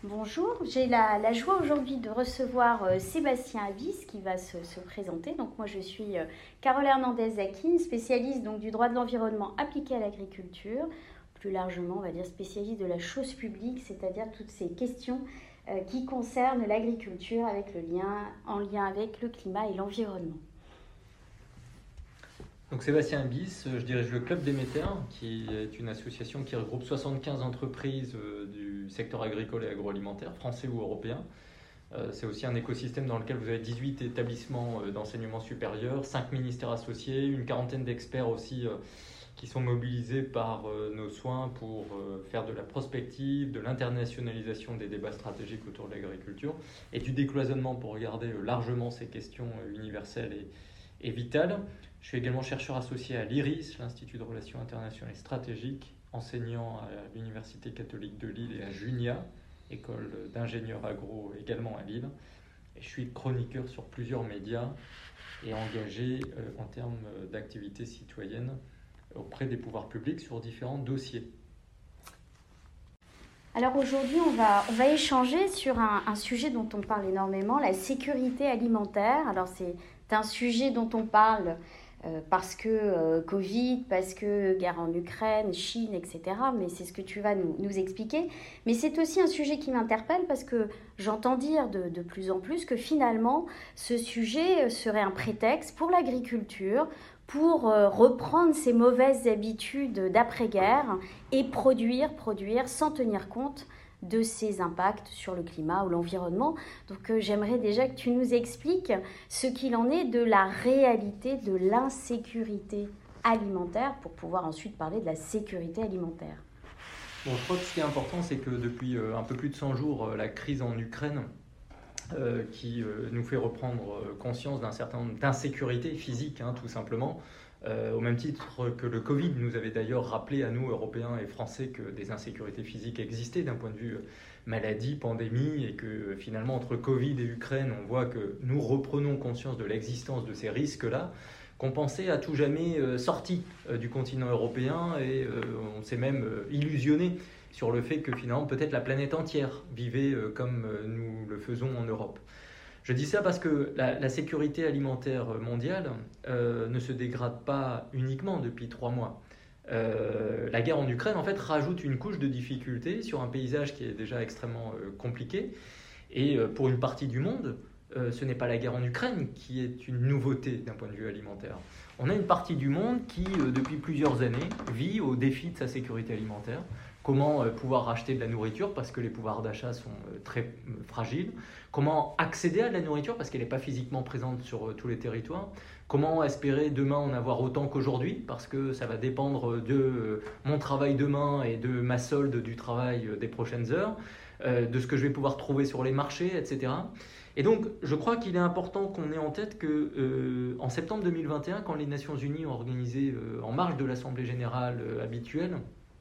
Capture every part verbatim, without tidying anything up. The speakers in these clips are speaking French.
Bonjour, j'ai la, la joie aujourd'hui de recevoir euh, Sébastien Abyss qui va se, se présenter. Donc moi je suis euh, Carole Hernandez-Zakin, spécialiste donc, du droit de l'environnement appliqué à l'agriculture, plus largement on va dire spécialiste de la chose publique, c'est-à-dire toutes ces questions euh, qui concernent l'agriculture avec le lien, en lien avec le climat et l'environnement. Donc Sébastien Abyss, je dirige le Club d'Émetteurs, qui est une association qui regroupe soixante-quinze entreprises du secteur agricole et agroalimentaire, français ou européen. C'est aussi un écosystème dans lequel vous avez dix-huit établissements d'enseignement supérieur, cinq ministères associés, une quarantaine d'experts aussi qui sont mobilisés par nos soins pour faire de la prospective, de l'internationalisation des débats stratégiques autour de l'agriculture et du décloisonnement pour regarder largement ces questions universelles et, et vitales. Je suis également chercheur associé à l'I R I S, l'Institut de Relations Internationales et Stratégiques, enseignant à l'Université catholique de Lille et à Junia, école d'ingénieurs agro également à Lille. Et je suis chroniqueur sur plusieurs médias et engagé euh, en termes d'activités citoyennes auprès des pouvoirs publics sur différents dossiers. Alors aujourd'hui, on va, on va échanger sur un, un sujet dont on parle énormément, la sécurité alimentaire. Alors c'est un sujet dont on parle Euh, parce que euh, Covid, parce que guerre en Ukraine, Chine, et cetera. Mais c'est ce que tu vas nous, nous expliquer. Mais c'est aussi un sujet qui m'interpelle parce que j'entends dire de, de plus en plus que finalement, ce sujet serait un prétexte pour l'agriculture, pour euh, reprendre ses mauvaises habitudes d'après-guerre et produire, produire sans tenir compte de ses impacts sur le climat ou l'environnement. Donc euh, j'aimerais déjà que tu nous expliques ce qu'il en est de la réalité de l'insécurité alimentaire pour pouvoir ensuite parler de la sécurité alimentaire. Bon, je crois que ce qui est important, c'est que depuis euh, un peu plus de cent jours, euh, la crise en Ukraine euh, qui euh, nous fait reprendre euh, conscience d'un certain nombre d'insécurités physiques, hein, tout simplement, Euh, au même titre que le Covid nous avait d'ailleurs rappelé à nous, Européens et Français, que des insécurités physiques existaient d'un point de vue maladie, pandémie, et que finalement entre Covid et Ukraine, on voit que nous reprenons conscience de l'existence de ces risques-là, qu'on pensait à tout jamais euh, sortis euh, du continent européen, et euh, on s'est même euh, illusionné sur le fait que finalement peut-être la planète entière vivait euh, comme euh, nous le faisons en Europe. Je dis ça parce que la, la sécurité alimentaire mondiale euh, ne se dégrade pas uniquement depuis trois mois. Euh, la guerre en Ukraine, en fait, rajoute une couche de difficulté sur un paysage qui est déjà extrêmement euh, compliqué. Et euh, pour une partie du monde, euh, ce n'est pas la guerre en Ukraine qui est une nouveauté d'un point de vue alimentaire. On a une partie du monde qui, euh, depuis plusieurs années, vit au défi de sa sécurité alimentaire. Comment euh, pouvoir acheter de la nourriture parce que les pouvoirs d'achat sont euh, très euh, fragiles. Comment accéder à de la nourriture parce qu'elle n'est pas physiquement présente sur euh, tous les territoires. Comment espérer demain en avoir autant qu'aujourd'hui parce que ça va dépendre de euh, mon travail demain et de ma solde du travail euh, des prochaines heures, euh, de ce que je vais pouvoir trouver sur les marchés, et cetera. Et donc, je crois qu'il est important qu'on ait en tête que euh, en septembre deux mille vingt et un, quand les Nations Unies ont organisé, euh, en marge de l'Assemblée Générale euh, habituelle,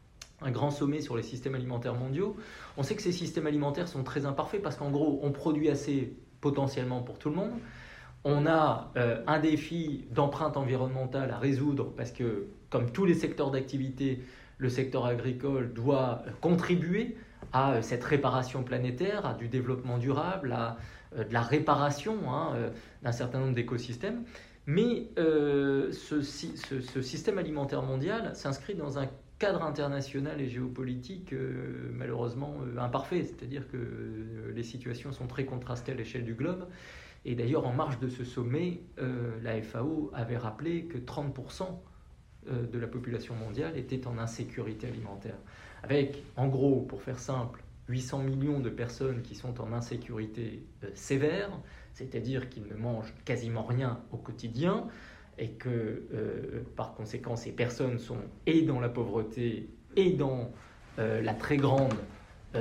un grand sommet sur les systèmes alimentaires mondiaux, on sait que ces systèmes alimentaires sont très imparfaits parce qu'en gros, on produit assez potentiellement pour tout le monde. On a euh, un défi d'empreinte environnementale à résoudre parce que, comme tous les secteurs d'activité, le secteur agricole doit contribuer à euh, cette réparation planétaire, à du développement durable, à euh, de la réparation hein, euh, d'un certain nombre d'écosystèmes. Mais euh, ce, ce, ce système alimentaire mondial s'inscrit dans un cadre international et géopolitique euh, malheureusement euh, imparfait, c'est-à-dire que euh, les situations sont très contrastées à l'échelle du globe. Et d'ailleurs, en marge de ce sommet, euh, la F A O avait rappelé que trente pour cent euh, de la population mondiale était en insécurité alimentaire. Avec, en gros, pour faire simple, huit cents millions de personnes qui sont en insécurité euh, sévère, c'est-à-dire qu'ils ne mangent quasiment rien au quotidien, et que euh, par conséquent ces personnes sont et dans la pauvreté et dans euh, la très grande euh,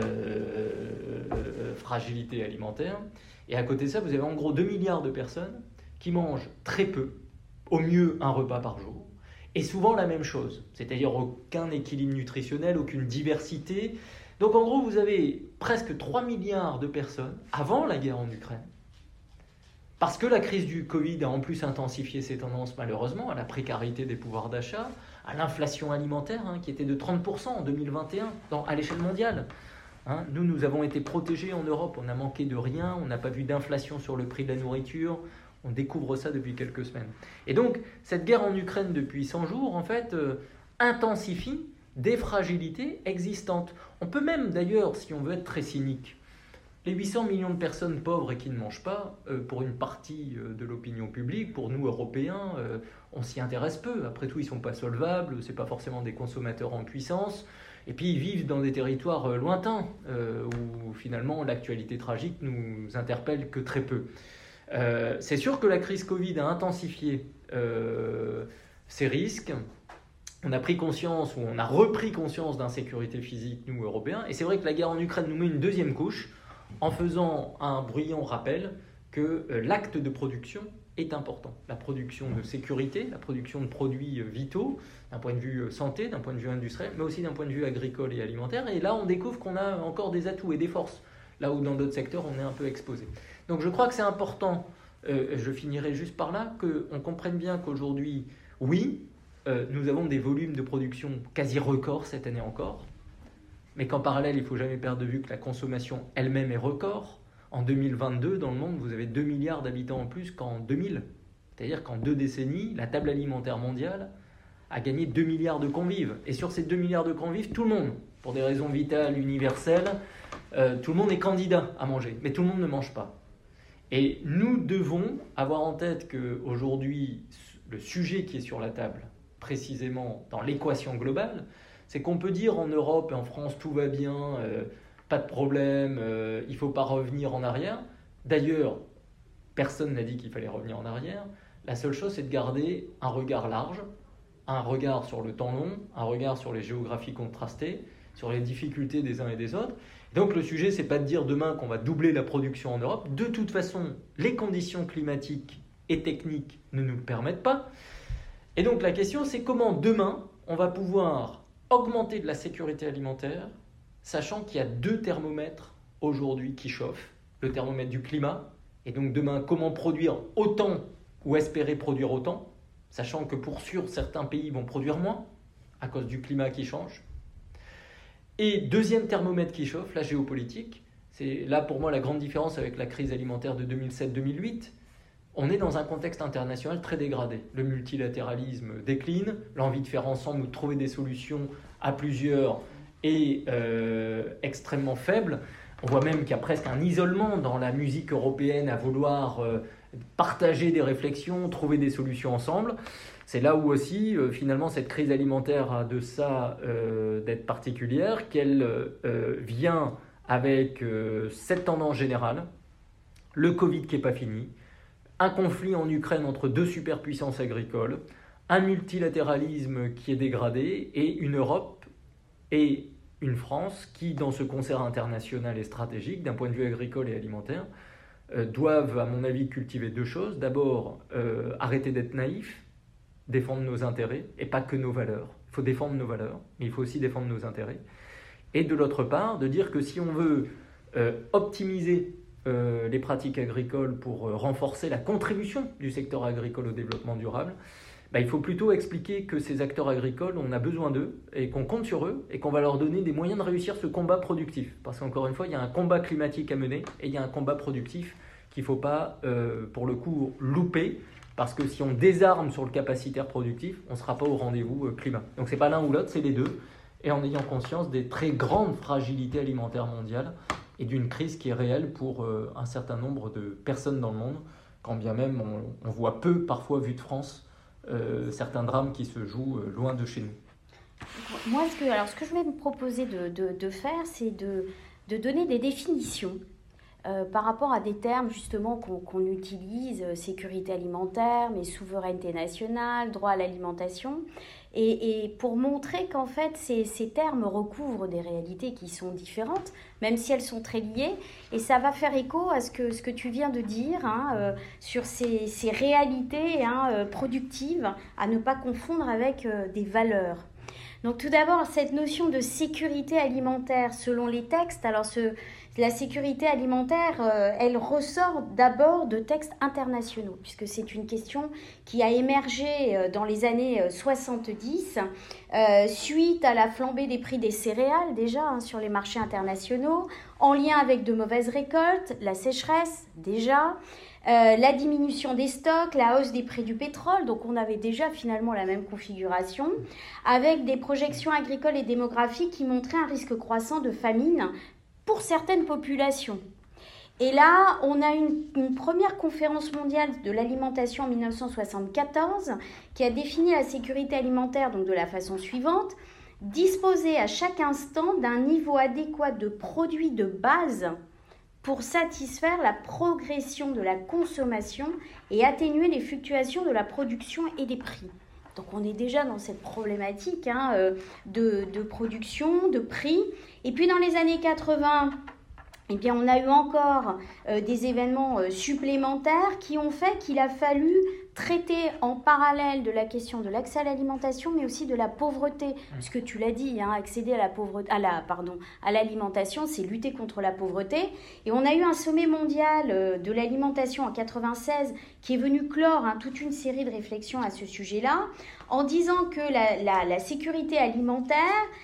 euh, fragilité alimentaire. Et à côté de ça, vous avez en gros deux milliards de personnes qui mangent très peu, au mieux un repas par jour, et souvent la même chose, c'est-à-dire aucun équilibre nutritionnel, aucune diversité. Donc en gros, vous avez presque trois milliards de personnes avant la guerre en Ukraine, parce que la crise du Covid a en plus intensifié ces tendances malheureusement, à la précarité des pouvoirs d'achat, à l'inflation alimentaire hein, qui était de trente pour cent en deux mille vingt et un dans, à l'échelle mondiale. Hein, nous, nous avons été protégés en Europe, on n'a manqué de rien, on n'a pas vu d'inflation sur le prix de la nourriture, on découvre ça depuis quelques semaines. Et donc, cette guerre en Ukraine depuis cent jours, en fait, euh, intensifie des fragilités existantes. On peut même, d'ailleurs, si on veut être très cynique, les huit cents millions de personnes pauvres et qui ne mangent pas, euh, pour une partie euh, de l'opinion publique, pour nous, Européens, euh, on s'y intéresse peu. Après tout, ils ne sont pas solvables, ce n'est pas forcément des consommateurs en puissance. Et puis ils vivent dans des territoires euh, lointains, euh, où finalement l'actualité tragique nous interpelle que très peu. Euh, c'est sûr que la crise Covid a intensifié euh, ces risques. On a pris conscience, ou on a repris conscience d'insécurité physique, nous, Européens. Et c'est vrai que la guerre en Ukraine nous met une deuxième couche, en faisant un bruyant rappel que euh, l'acte de production est important. La production de sécurité, la production de produits vitaux, d'un point de vue santé, d'un point de vue industriel, mais aussi d'un point de vue agricole et alimentaire. Et là, on découvre qu'on a encore des atouts et des forces, là où dans d'autres secteurs, on est un peu exposé. Donc je crois que c'est important, euh, je finirai juste par là, qu'on comprenne bien qu'aujourd'hui, oui, euh, nous avons des volumes de production quasi records cette année encore, mais qu'en parallèle, il ne faut jamais perdre de vue que la consommation elle-même est record. En deux mille vingt-deux, dans le monde, vous avez deux milliards d'habitants en plus qu'en deux mille. C'est-à-dire qu'en deux décennies, la table alimentaire mondiale a gagné deux milliards de convives. Et sur ces deux milliards de convives, tout le monde, pour des raisons vitales, universelles, euh, tout le monde est candidat à manger. Mais tout le monde ne mange pas. Et nous devons avoir en tête qu'aujourd'hui, le sujet qui est sur la table, précisément dans l'équation globale, c'est qu'on peut dire en Europe et en France, tout va bien, euh, pas de problème, euh, il ne faut pas revenir en arrière. D'ailleurs, personne n'a dit qu'il fallait revenir en arrière. La seule chose, c'est de garder un regard large, un regard sur le temps long, un regard sur les géographies contrastées, sur les difficultés des uns et des autres. Donc le sujet, c'est pas de dire demain qu'on va doubler la production en Europe. De toute façon, les conditions climatiques et techniques ne nous le permettent pas. Et donc la question, c'est comment demain, on va pouvoir augmenter de la sécurité alimentaire, sachant qu'il y a deux thermomètres aujourd'hui qui chauffent. Le thermomètre du climat, et donc demain, comment produire autant ou espérer produire autant, sachant que pour sûr, certains pays vont produire moins à cause du climat qui change. Et deuxième thermomètre qui chauffe, la géopolitique. C'est là pour moi la grande différence avec la crise alimentaire de deux mille sept deux mille huit. On est dans un contexte international très dégradé. Le multilatéralisme décline, l'envie de faire ensemble ou de trouver des solutions à plusieurs est euh, extrêmement faible. On voit même qu'il y a presque un isolement dans la musique européenne à vouloir euh, partager des réflexions, trouver des solutions ensemble. C'est là où aussi, euh, finalement, cette crise alimentaire a de ça euh, d'être particulière, qu'elle euh, vient avec euh, cette tendance générale, le Covid qui n'est pas fini, un conflit en Ukraine entre deux superpuissances agricoles, un multilatéralisme qui est dégradé et une Europe et une France qui, dans ce concert international et stratégique, d'un point de vue agricole et alimentaire, euh, doivent, à mon avis, cultiver deux choses. D'abord, euh, arrêter d'être naïfs, défendre nos intérêts et pas que nos valeurs. Il faut défendre nos valeurs, mais il faut aussi défendre nos intérêts. Et de l'autre part, de dire que si on veut euh, optimiser euh, les pratiques agricoles pour euh, renforcer la contribution du secteur agricole au développement durable, bah, il faut plutôt expliquer que ces acteurs agricoles, on a besoin d'eux et qu'on compte sur eux et qu'on va leur donner des moyens de réussir ce combat productif. Parce qu'encore une fois, il y a un combat climatique à mener et il y a un combat productif qu'il ne faut pas, euh, pour le coup, louper. Parce que si on désarme sur le capacitaire productif, on ne sera pas au rendez-vous euh, climat. Donc ce n'est pas l'un ou l'autre, c'est les deux. Et en ayant conscience des très grandes fragilités alimentaires mondiales et d'une crise qui est réelle pour euh, un certain nombre de personnes dans le monde, quand bien même on, on voit peu, parfois vu de France, Euh, certains drames qui se jouent euh, loin de chez nous. Moi, ce que, alors, ce que je vais me proposer de, de, de faire, c'est de, de donner des définitions euh, par rapport à des termes justement qu'on, qu'on utilise, euh, sécurité alimentaire, mais souveraineté nationale, droit à l'alimentation, et, et pour montrer qu'en fait ces, ces termes recouvrent des réalités qui sont différentes, même si elles sont très liées, et ça va faire écho à ce que, ce que tu viens de dire hein, euh, sur ces, ces réalités hein, euh, productives à ne pas confondre avec euh, des valeurs. Donc tout d'abord, cette notion de sécurité alimentaire, selon les textes, alors ce, la sécurité alimentaire, euh, elle ressort d'abord de textes internationaux, puisque c'est une question qui a émergé euh, dans les années euh, soixante-dix, euh, suite à la flambée des prix des céréales, déjà, hein, sur les marchés internationaux, en lien avec de mauvaises récoltes, la sécheresse, déjà, euh, la diminution des stocks, la hausse des prix du pétrole, donc on avait déjà finalement la même configuration, avec des projections agricoles et démographiques qui montraient un risque croissant de famine pour certaines populations. Et là, on a une, une première conférence mondiale de l'alimentation en mille neuf cent soixante-quatorze qui a défini la sécurité alimentaire donc de la façon suivante: disposer à chaque instant d'un niveau adéquat de produits de base pour satisfaire la progression de la consommation et atténuer les fluctuations de la production et des prix. Donc on est déjà dans cette problématique hein, de, de production, de prix. Et puis dans les années quatre-vingts, eh bien, on a eu encore euh, des événements euh, supplémentaires qui ont fait qu'il a fallu traiter en parallèle de la question de l'accès à l'alimentation, mais aussi de la pauvreté. Puisque tu l'as dit, hein, accéder à la pauvreté, à la, pardon, à l'alimentation, c'est lutter contre la pauvreté. Et on a eu un sommet mondial euh, de l'alimentation en quatre-vingt-seize qui est venu clore hein, toute une série de réflexions à ce sujet-là, en disant que la, la, la sécurité alimentaire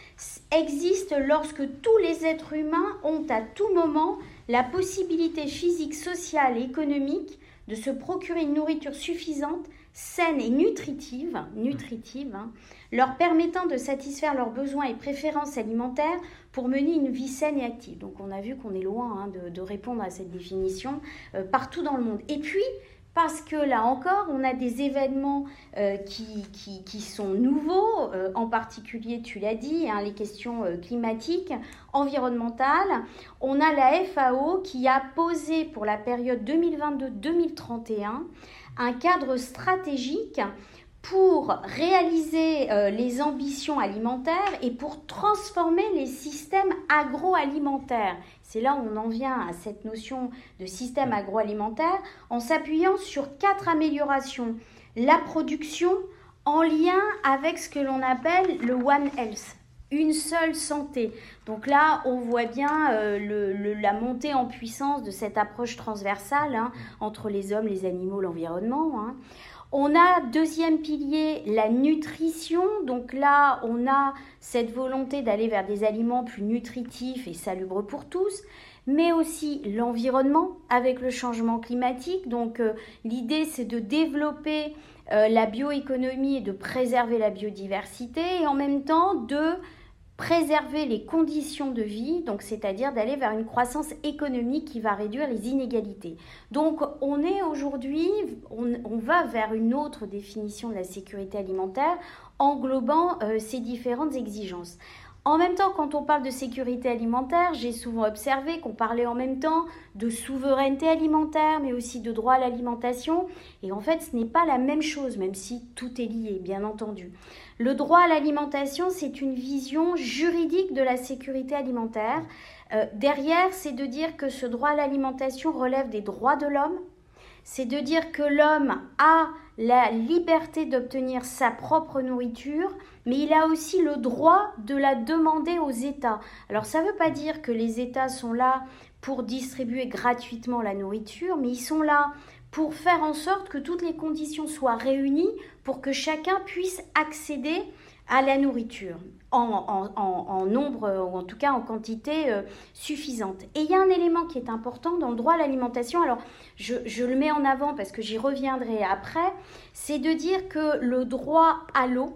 existe lorsque tous les êtres humains ont à tout moment la possibilité physique, sociale et économique de se procurer une nourriture suffisante, saine et nutritive, nutritive hein, leur permettant de satisfaire leurs besoins et préférences alimentaires pour mener une vie saine et active. Donc on a vu qu'on est loin hein, de, de répondre à cette définition euh, partout dans le monde. Et puis, parce que là encore, on a des événements euh, qui, qui, qui sont nouveaux, euh, en particulier, tu l'as dit, hein, les questions euh, climatiques, environnementales. On a la F A O qui a posé pour la période deux mille vingt-deux deux mille trente et un un cadre stratégique pour réaliser euh, les ambitions alimentaires et pour transformer les systèmes agroalimentaires. C'est là où on en vient à cette notion de système agroalimentaire en s'appuyant sur quatre améliorations. La production en lien avec ce que l'on appelle le One Health, une seule santé. Donc là, on voit bien euh, le, le, la montée en puissance de cette approche transversale hein, entre les hommes, les animaux, l'environnement. Hein. On a, deuxième pilier, la nutrition. Donc là, on a cette volonté d'aller vers des aliments plus nutritifs et salubres pour tous, mais aussi l'environnement avec le changement climatique. Donc euh, l'idée, c'est de développer euh, la bioéconomie et de préserver la biodiversité et en même temps de préserver les conditions de vie, donc c'est-à-dire d'aller vers une croissance économique qui va réduire les inégalités. Donc on est aujourd'hui, on, on va vers une autre définition de la sécurité alimentaire englobant euh, ces différentes exigences. En même temps, quand on parle de sécurité alimentaire, j'ai souvent observé qu'on parlait en même temps de souveraineté alimentaire, mais aussi de droit à l'alimentation. Et en fait, ce n'est pas la même chose, même si tout est lié, bien entendu. Le droit à l'alimentation, c'est une vision juridique de la sécurité alimentaire. Euh, derrière, c'est de dire que ce droit à l'alimentation relève des droits de l'homme. C'est de dire que l'homme a la liberté d'obtenir sa propre nourriture, mais il a aussi le droit de la demander aux États. Alors ça ne veut pas dire que les États sont là pour distribuer gratuitement la nourriture, mais ils sont là pour faire en sorte que toutes les conditions soient réunies pour que chacun puisse accéder à la nourriture en, en, en, en nombre, ou en tout cas en quantité euh, suffisante. Et il y a un élément qui est important dans le droit à l'alimentation, alors je, je le mets en avant parce que j'y reviendrai après, c'est de dire que le droit à l'eau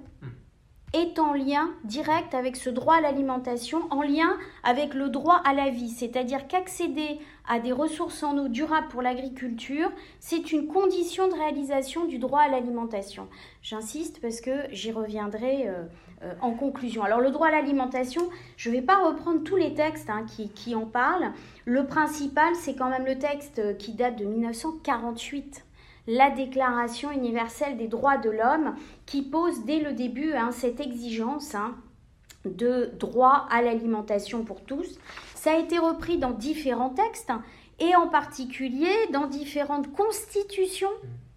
est en lien direct avec ce droit à l'alimentation, en lien avec le droit à la vie. C'est-à-dire qu'accéder à des ressources en eau durables pour l'agriculture, c'est une condition de réalisation du droit à l'alimentation. J'insiste parce que j'y reviendrai euh, euh, en conclusion. Alors le droit à l'alimentation, je ne vais pas reprendre tous les textes hein, qui, qui en parlent. Le principal, c'est quand même le texte qui date de mille neuf cent quarante-huit. La Déclaration universelle des droits de l'homme qui pose dès le début hein, cette exigence hein, de droit à l'alimentation pour tous. Ça a été repris dans différents textes hein, et en particulier dans différentes constitutions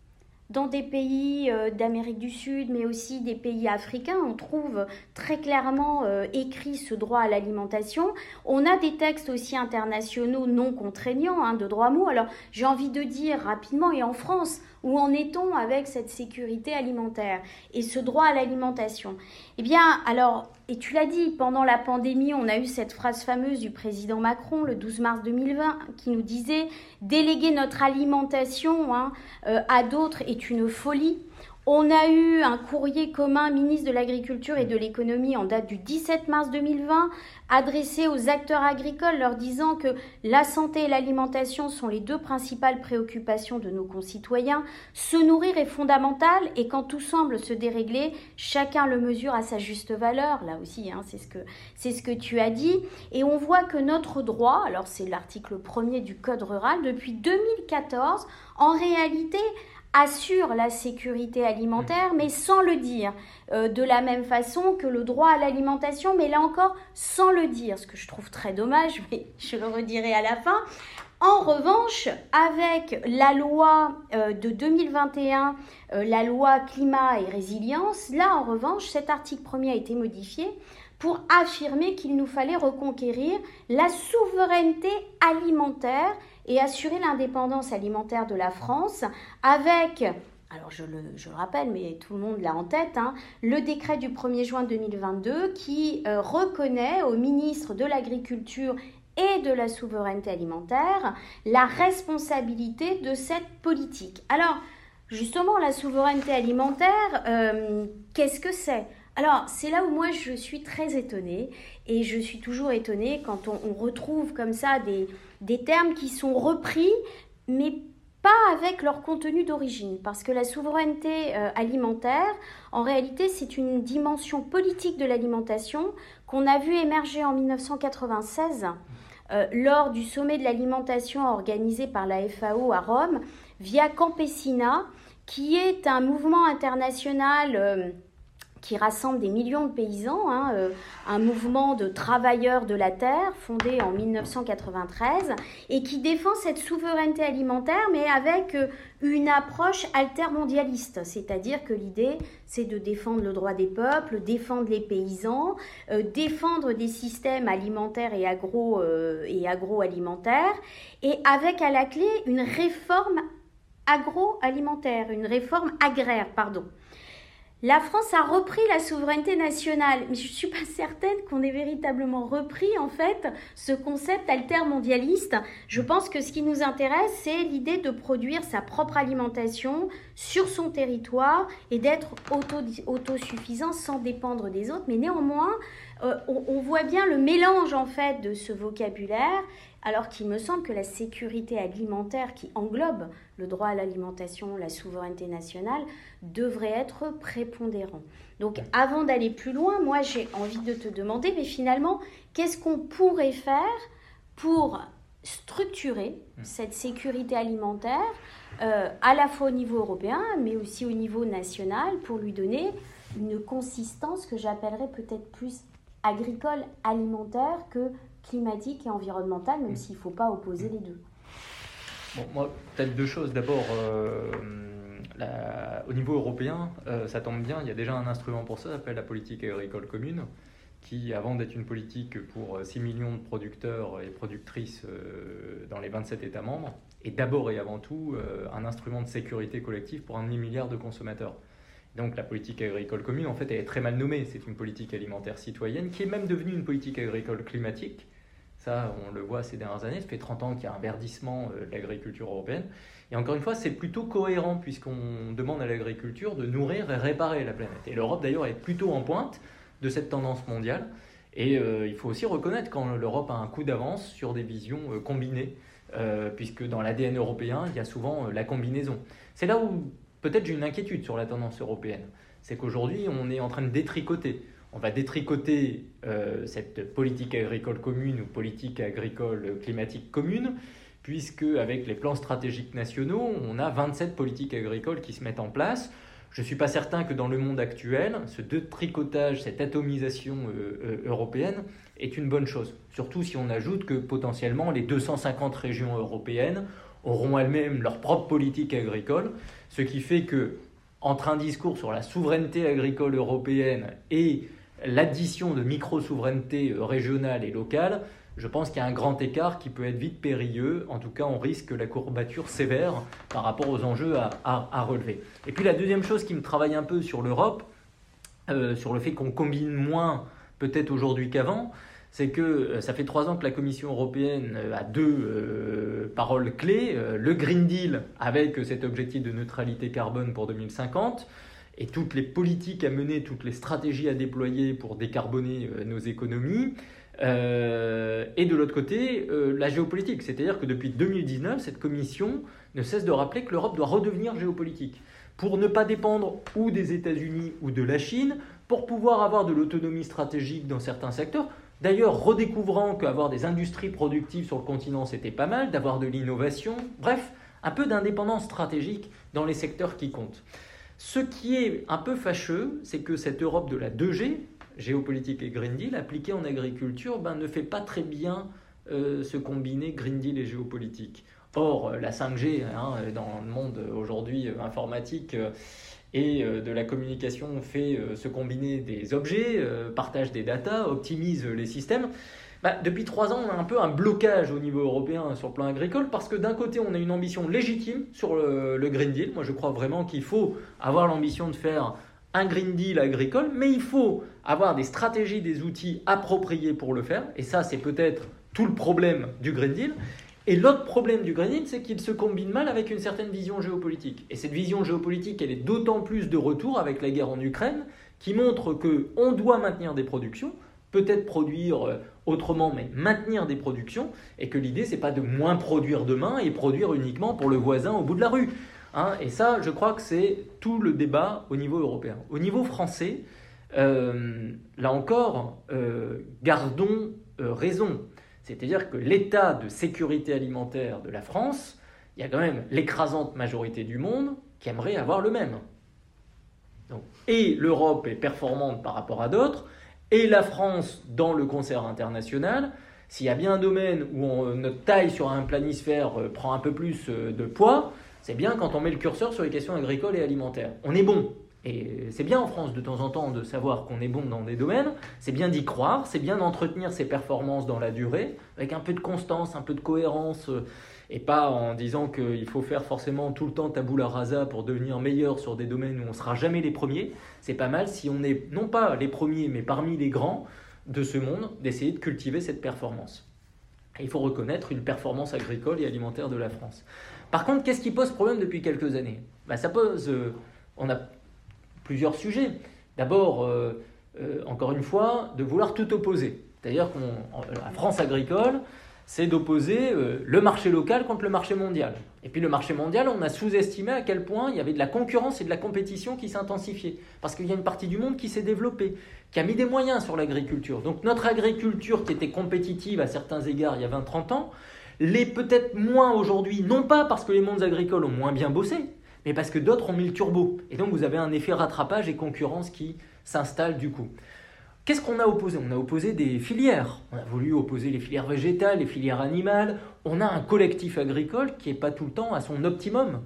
dans des pays euh, d'Amérique du Sud, mais aussi des pays africains, on trouve très clairement euh, écrit ce droit à l'alimentation. On a des textes aussi internationaux non contraignants, hein, de droit mou. Alors, j'ai envie de dire rapidement, et en France, où en est-on avec cette sécurité alimentaire et ce droit à l'alimentation? Eh bien, alors, et tu l'as dit, pendant la pandémie, on a eu cette phrase fameuse du président Macron, le douze mars deux mille vingt, qui nous disait « Déléguer notre alimentation hein, euh, à d'autres est une folie ». On a eu un courrier commun ministre de l'Agriculture et de l'Économie en date du dix-sept mars deux mille vingt adressé aux acteurs agricoles leur disant que la santé et l'alimentation sont les deux principales préoccupations de nos concitoyens. Se nourrir est fondamental et quand tout semble se dérégler, chacun le mesure à sa juste valeur. Là aussi, hein, c'est ce que, c'est ce que tu as dit. Et on voit que notre droit, alors c'est l'article premier du Code rural, depuis deux mille quatorze, en réalité assure la sécurité alimentaire, mais sans le dire, euh, de la même façon que le droit à l'alimentation, mais là encore sans le dire, ce que je trouve très dommage, mais je le redirai à la fin. En revanche, avec la loi euh, de deux mille vingt et un, euh, la loi climat et résilience, là en revanche, cet article premier a été modifié pour affirmer qu'il nous fallait reconquérir la souveraineté alimentaire et assurer l'indépendance alimentaire de la France avec, alors je le, je le rappelle, mais tout le monde l'a en tête, hein, le décret du premier juin deux mille vingt-deux qui euh, reconnaît au ministre de l'Agriculture et de la souveraineté alimentaire la responsabilité de cette politique. Alors, justement, la souveraineté alimentaire, euh, qu'est-ce que c'est ? Alors, c'est là où moi je suis très étonnée et je suis toujours étonnée quand on, on retrouve comme ça des, des termes qui sont repris, mais pas avec leur contenu d'origine. Parce que la souveraineté euh, alimentaire, en réalité, c'est une dimension politique de l'alimentation qu'on a vu émerger en mille neuf cent quatre-vingt-seize euh, lors du sommet de l'alimentation organisé par la F A O à Rome, via Campesina, qui est un mouvement international euh, qui rassemble des millions de paysans, hein, euh, un mouvement de travailleurs de la terre fondé en mille neuf cent quatre-vingt-treize et qui défend cette souveraineté alimentaire mais avec euh, une approche altermondialiste, c'est-à-dire que l'idée c'est de défendre le droit des peuples, défendre les paysans, euh, défendre des systèmes alimentaires et, agro, euh, et agroalimentaires et avec à la clé une réforme agroalimentaire, une réforme agraire, pardon. La France a repris la souveraineté nationale, mais je ne suis pas certaine qu'on ait véritablement repris en fait ce concept altermondialiste. Je pense que ce qui nous intéresse, c'est l'idée de produire sa propre alimentation sur son territoire et d'être auto, autosuffisant sans dépendre des autres. Mais néanmoins, euh, on, on voit bien le mélange en fait de ce vocabulaire, alors qu'il me semble que la sécurité alimentaire qui englobe le droit à l'alimentation, la souveraineté nationale, devrait être prépondérant. Donc avant d'aller plus loin, moi j'ai envie de te demander, mais finalement, qu'est-ce qu'on pourrait faire pour structurer cette sécurité alimentaire euh, à la fois au niveau européen, mais aussi au niveau national, pour lui donner une consistance que j'appellerais peut-être plus agricole, alimentaire que climatique et environnementale, même s'il ne faut pas opposer les deux. Bon, moi, peut-être deux choses. D'abord, euh, la, au niveau européen, euh, ça tombe bien, il y a déjà un instrument pour ça, ça s'appelle la politique agricole commune, qui, avant d'être une politique pour six millions de producteurs et productrices euh, dans les vingt-sept États membres, est d'abord et avant tout euh, un instrument de sécurité collective pour un demi-milliard de consommateurs. Donc la politique agricole commune, en fait, elle est très mal nommée. C'est une politique alimentaire citoyenne qui est même devenue une politique agricole climatique. Ça, on le voit ces dernières années. Ça fait trente ans qu'il y a un verdissement de l'agriculture européenne. Et encore une fois, c'est plutôt cohérent puisqu'on demande à l'agriculture de nourrir et réparer la planète. Et l'Europe, d'ailleurs, est plutôt en pointe de cette tendance mondiale. Et euh, il faut aussi reconnaître quand l'Europe a un coup d'avance sur des visions euh, combinées, euh, puisque dans l'A D N européen, il y a souvent euh, la combinaison. C'est là où peut-être j'ai une inquiétude sur la tendance européenne. C'est qu'aujourd'hui, on est en train de détricoter. On va détricoter euh, cette politique agricole commune ou politique agricole climatique commune, puisque avec les plans stratégiques nationaux, on a vingt-sept politiques agricoles qui se mettent en place. Je ne suis pas certain que dans le monde actuel, ce détricotage, cette atomisation euh, euh, européenne est une bonne chose. Surtout si on ajoute que potentiellement les deux cent cinquante régions européennes auront elles-mêmes leur propre politique agricole, ce qui fait que entre un discours sur la souveraineté agricole européenne et l'addition de micro-souveraineté régionale et locale, je pense qu'il y a un grand écart qui peut être vite périlleux. En tout cas, on risque la courbature sévère par rapport aux enjeux à, à, à relever. Et puis la deuxième chose qui me travaille un peu sur l'Europe, euh, sur le fait qu'on combine moins peut-être aujourd'hui qu'avant, c'est que euh, ça fait trois ans que la Commission européenne a deux euh, paroles clés. Euh, le Green Deal avec cet objectif de neutralité carbone pour deux mille cinquante, et toutes les politiques à mener, toutes les stratégies à déployer pour décarboner euh, nos économies. Euh, et de l'autre côté, euh, la géopolitique. C'est-à-dire que depuis deux mille dix-neuf, cette commission ne cesse de rappeler que l'Europe doit redevenir géopolitique pour ne pas dépendre ou des États-Unis ou de la Chine, pour pouvoir avoir de l'autonomie stratégique dans certains secteurs. D'ailleurs, redécouvrant qu'avoir des industries productives sur le continent, c'était pas mal, d'avoir de l'innovation, bref, un peu d'indépendance stratégique dans les secteurs qui comptent. Ce qui est un peu fâcheux, c'est que cette Europe de la deux G, géopolitique et Green Deal, appliquée en agriculture, ben, ne fait pas très bien euh, se combiner Green Deal et géopolitique. Or, la cinq G, hein, dans le monde aujourd'hui euh, informatique euh, et euh, de la communication, fait euh, se combiner des objets, euh, partage des datas, optimise les systèmes. Bah, depuis trois ans, on a un peu un blocage au niveau européen sur le plan agricole parce que d'un côté, on a une ambition légitime sur le, le Green Deal. Moi, je crois vraiment qu'il faut avoir l'ambition de faire un Green Deal agricole, mais il faut avoir des stratégies, des outils appropriés pour le faire. Et ça, c'est peut-être tout le problème du Green Deal. Et l'autre problème du Green Deal, c'est qu'il se combine mal avec une certaine vision géopolitique. Et cette vision géopolitique, elle est d'autant plus de retour avec la guerre en Ukraine, qui montre qu'on doit maintenir des productions, peut-être produire autrement, mais maintenir des productions, et que l'idée, c'est pas de moins produire demain et produire uniquement pour le voisin au bout de la rue. Hein, et ça, je crois que c'est tout le débat au niveau européen. Au niveau français, euh, là encore, euh, gardons euh, raison. C'est-à-dire que l'état de sécurité alimentaire de la France, il y a quand même l'écrasante majorité du monde qui aimerait avoir le même. Donc, et l'Europe est performante par rapport à d'autres, et la France, dans le concert international, s'il y a bien un domaine où on, notre taille sur un planisphère euh, prend un peu plus euh, de poids, c'est bien quand on met le curseur sur les questions agricoles et alimentaires. On est bon. Et c'est bien en France de temps en temps de savoir qu'on est bon dans des domaines, c'est bien d'y croire, c'est bien d'entretenir ses performances dans la durée, avec un peu de constance, un peu de cohérence, euh, et pas en disant qu'il faut faire forcément tout le temps tabula rasa pour devenir meilleur sur des domaines où on ne sera jamais les premiers. C'est pas mal si on est non pas les premiers, mais parmi les grands de ce monde, d'essayer de cultiver cette performance. Et il faut reconnaître une performance agricole et alimentaire de la France. Par contre, qu'est-ce qui pose problème depuis quelques années ? Ben, ça pose... Euh, on a plusieurs sujets. D'abord, euh, euh, encore une fois, de vouloir tout opposer. C'est-à-dire que la France agricole, c'est d'opposer euh, le marché local contre le marché mondial. Et puis le marché mondial, on a sous-estimé à quel point il y avait de la concurrence et de la compétition qui s'intensifiait. Parce qu'il y a une partie du monde qui s'est développée, qui a mis des moyens sur l'agriculture. Donc notre agriculture qui était compétitive à certains égards il y a vingt à trente ans, l'est peut-être moins aujourd'hui, non pas parce que les mondes agricoles ont moins bien bossé, mais parce que d'autres ont mis le turbo. Et donc vous avez un effet rattrapage et concurrence qui s'installe du coup. Qu'est-ce qu'on a opposé ? On a opposé des filières. On a voulu opposer les filières végétales, les filières animales. On a un collectif agricole qui n'est pas tout le temps à son optimum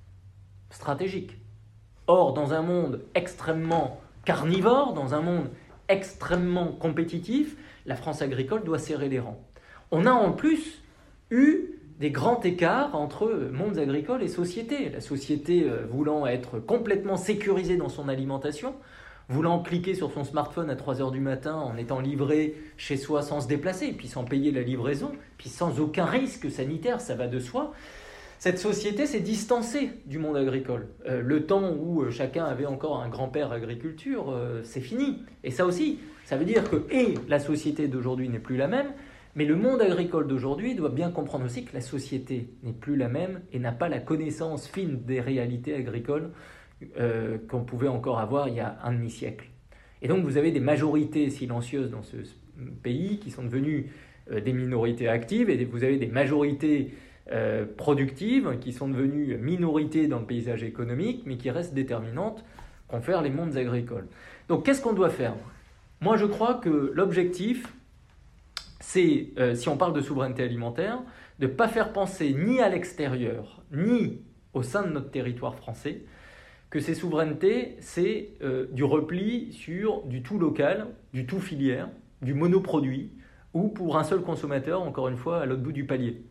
stratégique. Or, dans un monde extrêmement carnivore, dans un monde extrêmement compétitif, la France agricole doit serrer les rangs. On a en plus eu des grands écarts entre mondes agricoles et sociétés. La société euh, voulant être complètement sécurisée dans son alimentation, voulant cliquer sur son smartphone à trois heures du matin en étant livré chez soi sans se déplacer, puis sans payer la livraison, puis sans aucun risque sanitaire, ça va de soi. Cette société s'est distancée du monde agricole. Euh, le temps où chacun avait encore un grand-père agriculture, euh, c'est fini. Et ça aussi, ça veut dire que et la société d'aujourd'hui n'est plus la même, mais le monde agricole d'aujourd'hui doit bien comprendre aussi que la société n'est plus la même et n'a pas la connaissance fine des réalités agricoles euh, qu'on pouvait encore avoir il y a un demi-siècle. Et donc vous avez des majorités silencieuses dans ce pays qui sont devenues euh, des minorités actives, et vous avez des majorités euh, productives qui sont devenues minorités dans le paysage économique, mais qui restent déterminantes qu'ont fait les mondes agricoles. Donc qu'est-ce qu'on doit faire ? Moi je crois que l'objectif, c'est, euh, si on parle de souveraineté alimentaire, de ne pas faire penser ni à l'extérieur, ni au sein de notre territoire français, que ces souverainetés, c'est euh, du repli sur du tout local, du tout filière, du monoproduit, ou pour un seul consommateur, encore une fois, à l'autre bout du palier.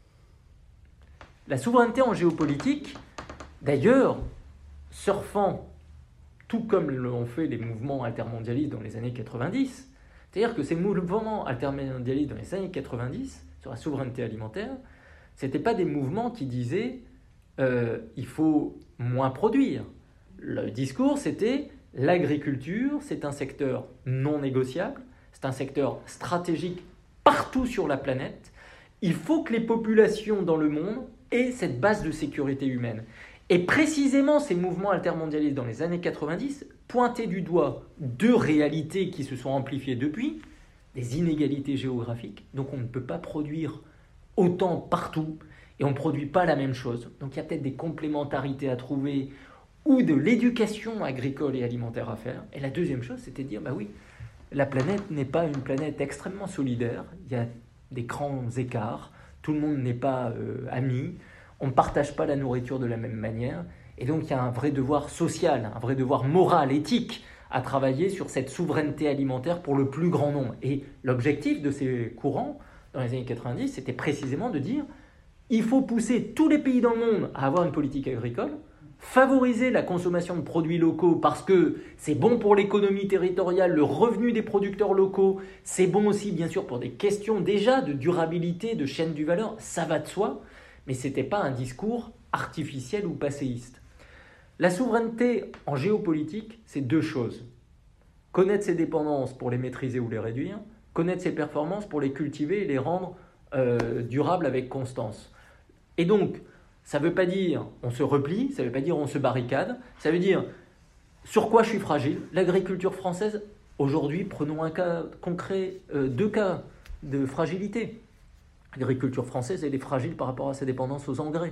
La souveraineté en géopolitique, d'ailleurs, surfant, tout comme l'ont fait les mouvements altermondialistes dans les années quatre-vingt-dix, c'est-à-dire que ces mouvements altermondialistes dans les années quatre-vingt-dix, sur la souveraineté alimentaire, ce n'étaient pas des mouvements qui disaient euh, il faut moins produire. Le discours, c'était l'agriculture, c'est un secteur non négociable, c'est un secteur stratégique partout sur la planète. Il faut que les populations dans le monde aient cette base de sécurité humaine. Et précisément, ces mouvements altermondialistes dans les années quatre-vingt-dix pointaient du doigt deux réalités qui se sont amplifiées depuis, des inégalités géographiques, donc on ne peut pas produire autant partout, et on ne produit pas la même chose. Donc il y a peut-être des complémentarités à trouver, ou de l'éducation agricole et alimentaire à faire. Et la deuxième chose, c'était de dire, bah oui, la planète n'est pas une planète extrêmement solidaire, il y a des grands écarts, tout le monde n'est pas euh, ami, on ne partage pas la nourriture de la même manière, et donc il y a un vrai devoir social, un vrai devoir moral, éthique, à travailler sur cette souveraineté alimentaire pour le plus grand nombre. Et l'objectif de ces courants, dans les années quatre-vingt-dix, c'était précisément de dire il faut pousser tous les pays dans le monde à avoir une politique agricole, favoriser la consommation de produits locaux parce que c'est bon pour l'économie territoriale, le revenu des producteurs locaux, c'est bon aussi bien sûr pour des questions déjà de durabilité, de chaîne du valeur, ça va de soi, mais ce n'était pas un discours artificiel ou passéiste. La souveraineté en géopolitique, c'est deux choses. Connaître ses dépendances pour les maîtriser ou les réduire, connaître ses performances pour les cultiver et les rendre euh, durables avec constance. Et donc, ça ne veut pas dire on se replie, ça ne veut pas dire on se barricade, ça veut dire sur quoi je suis fragile. L'agriculture française, aujourd'hui, prenons un cas concret, euh, deux cas de fragilité. L'agriculture française, elle est fragile par rapport à sa dépendance aux engrais.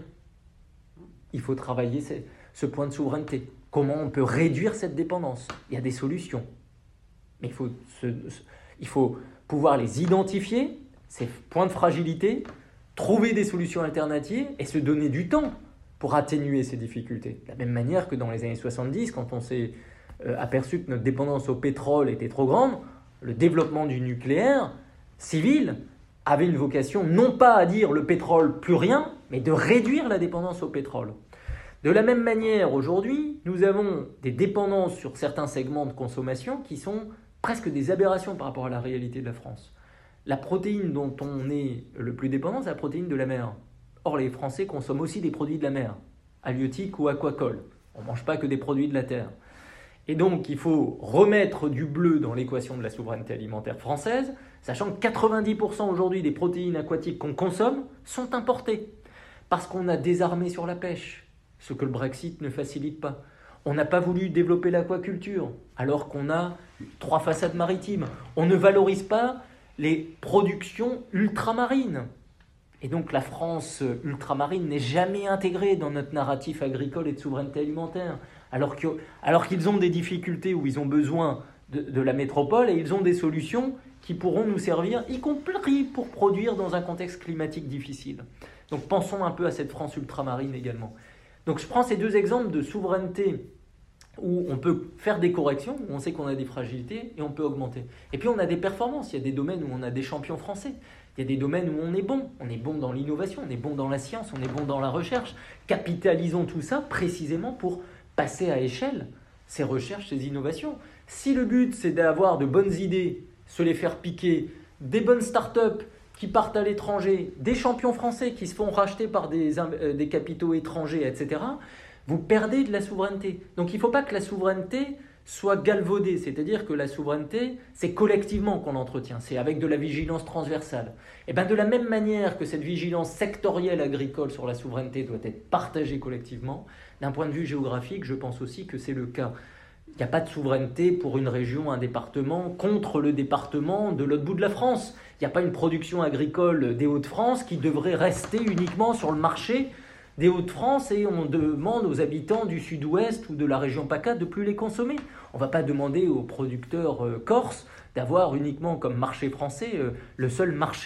Il faut travailler ces, ce point de souveraineté. Comment on peut réduire cette dépendance? Il y a des solutions. Mais il faut, se, il faut pouvoir les identifier, ces points de fragilité, trouver des solutions alternatives et se donner du temps pour atténuer ces difficultés. De la même manière que dans les années soixante-dix, quand on s'est euh, aperçu que notre dépendance au pétrole était trop grande, le développement du nucléaire civil avait une vocation non pas à dire le pétrole plus rien, mais de réduire la dépendance au pétrole. De la même manière, aujourd'hui, nous avons des dépendances sur certains segments de consommation qui sont presque des aberrations par rapport à la réalité de la France. La protéine dont on est le plus dépendant, c'est la protéine de la mer. Or, les Français consomment aussi des produits de la mer, halieutiques ou aquacoles. On ne mange pas que des produits de la terre. Et donc, il faut remettre du bleu dans l'équation de la souveraineté alimentaire française, sachant que quatre-vingt-dix pour cent aujourd'hui des protéines aquatiques qu'on consomme sont importées. Parce qu'on a désarmé sur la pêche, ce que le Brexit ne facilite pas. On n'a pas voulu développer l'aquaculture, alors qu'on a trois façades maritimes. On ne valorise pas les productions ultramarines. Et donc la France ultramarine n'est jamais intégrée dans notre narratif agricole et de souveraineté alimentaire, alors, que, alors qu'ils ont des difficultés où ils ont besoin de, de la métropole et ils ont des solutions qui pourront nous servir, y compris pour produire dans un contexte climatique difficile. Donc pensons un peu à cette France ultramarine également. Donc je prends ces deux exemples de souveraineté où on peut faire des corrections, où on sait qu'on a des fragilités et on peut augmenter. Et puis on a des performances, il y a des domaines où on a des champions français, il y a des domaines où on est bon, on est bon dans l'innovation, on est bon dans la science, on est bon dans la recherche. Capitalisons tout ça précisément pour passer à échelle ces recherches, ces innovations. Si le but c'est d'avoir de bonnes idées, se les faire piquer, des bonnes startups qui partent à l'étranger, des champions français qui se font racheter par des, euh, des capitaux étrangers, et cetera, vous perdez de la souveraineté. Donc il ne faut pas que la souveraineté soit galvaudée, c'est-à-dire que la souveraineté, c'est collectivement qu'on l'entretient, c'est avec de la vigilance transversale. Et bien de la même manière que cette vigilance sectorielle agricole sur la souveraineté doit être partagée collectivement, d'un point de vue géographique, je pense aussi que c'est le cas. Il n'y a pas de souveraineté pour une région, un département, contre le département de l'autre bout de la France. Il n'y a pas une production agricole des Hauts-de-France qui devrait rester uniquement sur le marché des Hauts-de-France et on demande aux habitants du sud-ouest ou de la région PACA de ne plus les consommer. On ne va pas demander aux producteurs euh, corses d'avoir uniquement comme marché français euh, le seul marché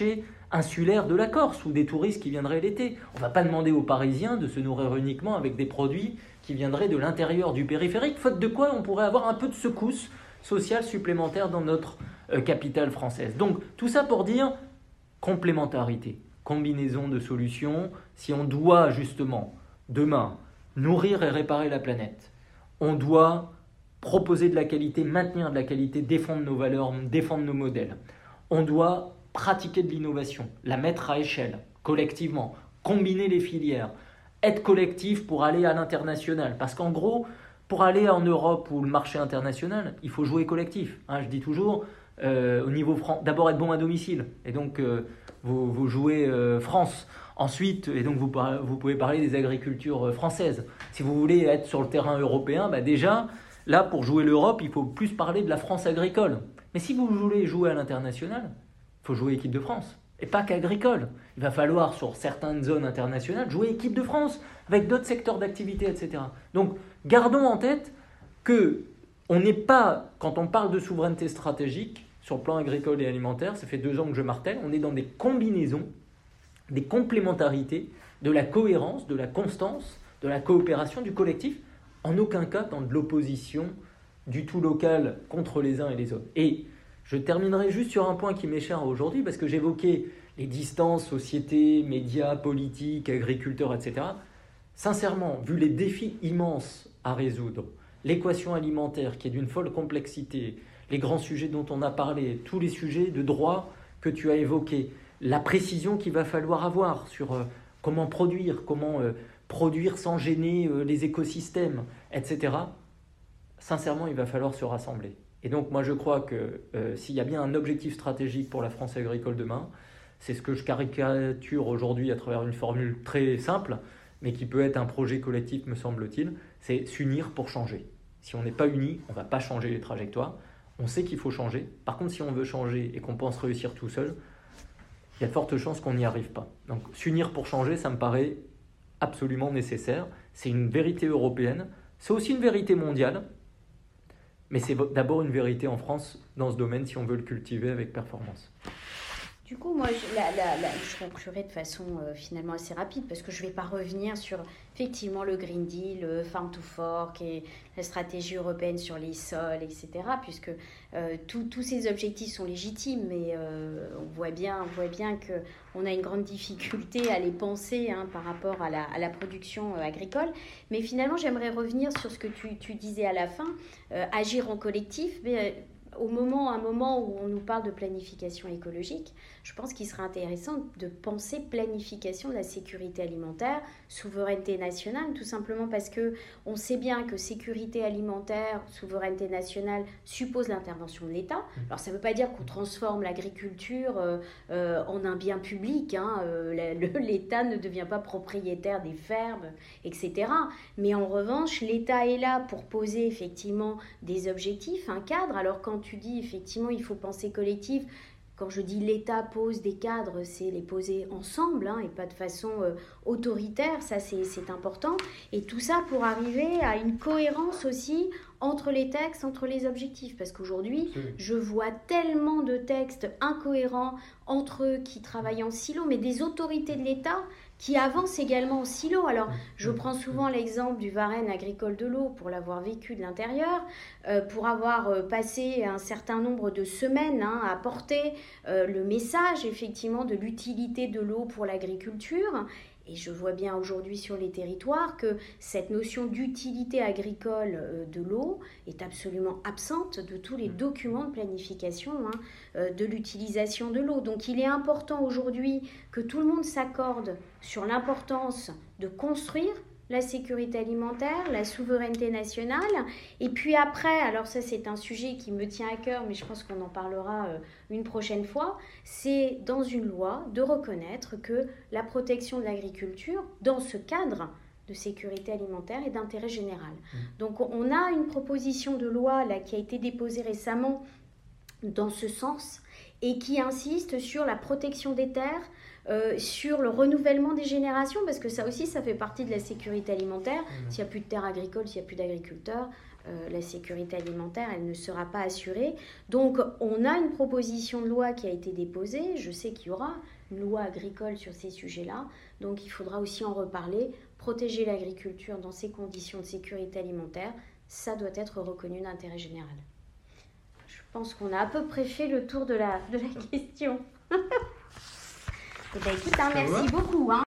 insulaire de la Corse ou des touristes qui viendraient l'été. On ne va pas demander aux Parisiens de se nourrir uniquement avec des produits qui viendraient de l'intérieur du périphérique, faute de quoi on pourrait avoir un peu de secousse sociale supplémentaire dans notre euh, capitale française. Donc tout ça pour dire complémentarité, combinaison de solutions. Si on doit justement demain nourrir et réparer la planète, on doit proposer de la qualité, maintenir de la qualité, défendre nos valeurs, défendre nos modèles. On doit pratiquer de l'innovation, la mettre à échelle, collectivement, combiner les filières, être collectif pour aller à l'international. Parce qu'en gros, pour aller en Europe ou le marché international, il faut jouer collectif. Hein, je dis toujours, euh, au niveau France, d'abord être bon à domicile. Et donc, euh, vous, vous jouez euh, France. Ensuite, et donc vous, par, vous pouvez parler des agricultures françaises. Si vous voulez être sur le terrain européen, bah déjà, là, pour jouer l'Europe, il faut plus parler de la France agricole. Mais si vous voulez jouer à l'international, il faut jouer équipe de France. Et pas qu'agricole. Il va falloir, sur certaines zones internationales, jouer équipe de France, avec d'autres secteurs d'activité, et cetera. Donc, gardons en tête qu'on n'est pas, quand on parle de souveraineté stratégique, sur le plan agricole et alimentaire, ça fait deux ans que je martèle, on est dans des combinaisons, des complémentarités, de la cohérence, de la constance, de la coopération, du collectif, en aucun cas dans de l'opposition du tout local contre les uns et les autres. Et je terminerai juste sur un point qui m'est cher aujourd'hui, parce que j'évoquais les distances, société, médias, politique, agriculteurs, et cetera. Sincèrement, vu les défis immenses à résoudre, l'équation alimentaire qui est d'une folle complexité, les grands sujets dont on a parlé, tous les sujets de droit que tu as évoqués, la précision qu'il va falloir avoir sur euh, comment produire, comment euh, produire sans gêner euh, les écosystèmes, et cetera. Sincèrement, il va falloir se rassembler. Et donc, moi, je crois que euh, s'il y a bien un objectif stratégique pour la France agricole demain, c'est ce que je caricature aujourd'hui à travers une formule très simple, mais qui peut être un projet collectif, me semble-t-il, c'est s'unir pour changer. Si on n'est pas unis, on ne va pas changer les trajectoires. On sait qu'il faut changer. Par contre, si on veut changer et qu'on pense réussir tout seul, il y a de fortes chances qu'on n'y arrive pas. Donc, s'unir pour changer, ça me paraît absolument nécessaire. C'est une vérité européenne. C'est aussi une vérité mondiale. Mais c'est d'abord une vérité en France dans ce domaine si on veut le cultiver avec performance. Du coup, moi, je, la, la, la, je conclurai de façon euh, finalement assez rapide parce que je ne vais pas revenir sur effectivement le Green Deal, le Farm to Fork et la stratégie européenne sur les sols, et cetera. Puisque euh, tous ces objectifs sont légitimes, mais euh, on voit bien, on voit bien qu'on a une grande difficulté à les penser hein, par rapport à la, à la production euh, agricole. Mais finalement, j'aimerais revenir sur ce que tu, tu disais à la fin, euh, agir en collectif. Mais, euh, Au moment, un moment où on nous parle de planification écologique, je pense qu'il serait intéressant de penser planification de la sécurité alimentaire, souveraineté nationale, tout simplement parce que on sait bien que sécurité alimentaire, souveraineté nationale suppose l'intervention de l'État. Alors ça ne veut pas dire qu'on transforme l'agriculture euh, euh, en un bien public, hein, euh, l'État ne devient pas propriétaire des fermes, et cetera. Mais en revanche, l'État est là pour poser effectivement des objectifs, un cadre. Alors quand tu dis effectivement il faut penser collectif, quand je dis l'État pose des cadres, c'est les poser ensemble hein, et pas de façon euh, autoritaire, ça c'est, c'est important. Et tout ça pour arriver à une cohérence aussi entre les textes, entre les objectifs. Parce qu'aujourd'hui, oui. je vois tellement de textes incohérents entre eux qui travaillent en silo, mais des autorités de l'État qui avancent également en silo. Alors, je prends souvent l'exemple du Varenne agricole de l'eau pour l'avoir vécu de l'intérieur, euh, pour avoir euh, passé un certain nombre de semaines hein, à porter euh, le message, effectivement, de l'utilité de l'eau pour l'agriculture. Et je vois bien aujourd'hui sur les territoires que cette notion d'utilité agricole euh, de l'eau est absolument absente de tous les documents de planification hein, euh, de l'utilisation de l'eau. Donc il est important aujourd'hui que tout le monde s'accorde sur l'importance de construire la sécurité alimentaire, la souveraineté nationale. Et puis après, alors ça c'est un sujet qui me tient à cœur, mais je pense qu'on en parlera euh, une prochaine fois, c'est dans une loi de reconnaître que la protection de l'agriculture, dans ce cadre de sécurité alimentaire, est d'intérêt général. Mmh. Donc on a une proposition de loi là, qui a été déposée récemment dans ce sens et qui insiste sur la protection des terres, Euh, sur le renouvellement des générations, parce que ça aussi, ça fait partie de la sécurité alimentaire. Mmh. S'il n'y a plus de terres agricoles, s'il n'y a plus d'agriculteurs, euh, la sécurité alimentaire, elle ne sera pas assurée. Donc, on a une proposition de loi qui a été déposée. Je sais qu'il y aura une loi agricole sur ces sujets-là. Donc il faudra aussi en reparler. Protéger l'agriculture dans ces conditions de sécurité alimentaire, ça doit être reconnu d'intérêt général. Je pense qu'on a à peu près fait le tour de la, de la question. Eh bien, écoute, hein, merci beaucoup. Hein.